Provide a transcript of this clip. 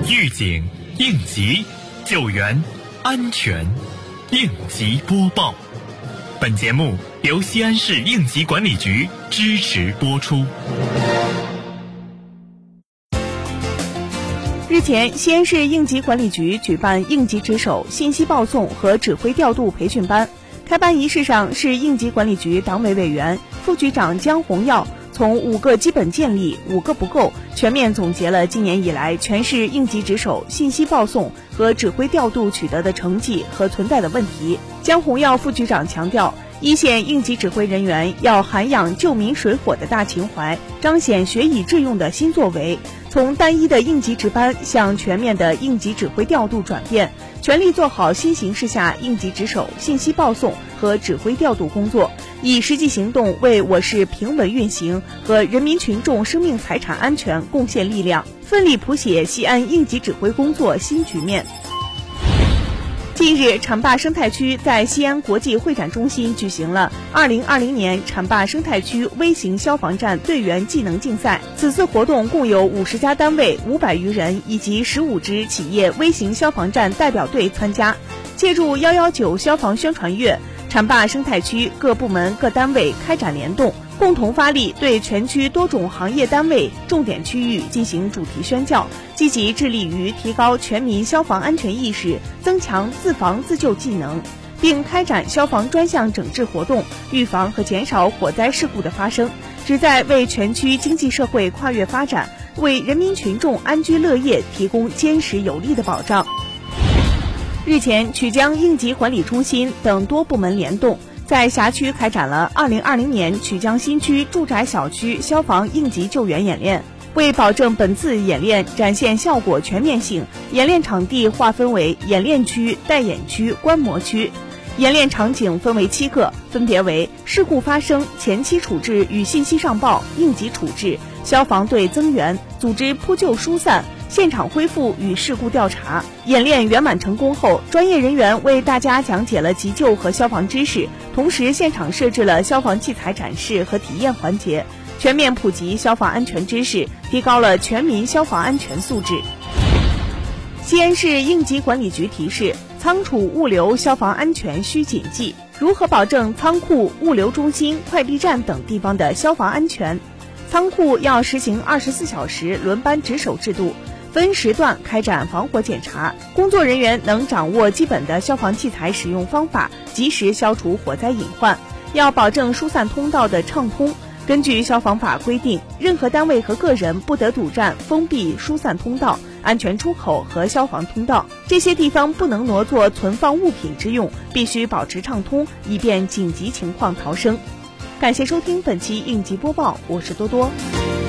预警、应急、救援、安全，应急播报。本节目由西安市应急管理局支持播出。 日前，西安市应急管理局举办应急值守、信息报送和指挥调度培训班。开班仪式上，市应急管理局党委委员、副局长姜红耀从5个基本建立、5个不够，全面总结了今年以来全市应急值守、信息报送和指挥调度取得的成绩和存在的问题。姜红耀副局长强调，一线应急指挥人员要涵养救民水火的大情怀，彰显学以致用的新作为，从单一的应急值班向全面的应急指挥调度转变，全力做好新形势下应急值守、信息报送和指挥调度工作，以实际行动为我市平稳运行和人民群众生命财产安全贡献力量，奋力谱写西安应急指挥工作新局面。近日，浐灞生态区在西安国际会展中心举行了2020年浐灞生态区微型消防站队员技能竞赛。此次活动共有50家单位、500余人以及15支企业微型消防站代表队参加。借助119消防宣传月，浐灞生态区各部门各单位开展联动，共同发力，对全区多种行业单位、重点区域进行主题宣教，积极致力于提高全民消防安全意识，增强自防自救技能，并开展消防专项整治活动，预防和减少火灾事故的发生，旨在为全区经济社会跨越发展、为人民群众安居乐业提供坚实有力的保障。日前，曲江应急管理中心等多部门联动，在辖区开展了2020年曲江新区住宅小区消防应急救援演练。为保证本次演练展现效果全面性，演练场地划分为演练区、待演区、观摩区。演练场景分为7个，分别为事故发生前期处置与信息上报、应急处置、消防队增援、组织扑救疏散、现场恢复与事故调查。演练圆满成功后，专业人员为大家讲解了急救和消防知识，同时现场设置了消防器材展示和体验环节，全面普及消防安全知识，提高了全民消防安全素质。西安市应急管理局提示，仓储物流消防安全需谨记。如何保证仓库、物流中心、快递站等地方的消防安全？仓库要实行24小时轮班值守制度，分时段开展防火检查，工作人员能掌握基本的消防器材使用方法，及时消除火灾隐患。要保证疏散通道的畅通，根据消防法规定，任何单位和个人不得堵占封闭疏散通道、安全出口和消防通道，这些地方不能挪作存放物品之用，必须保持畅通，以便紧急情况逃生。感谢收听本期应急播报，我是多多。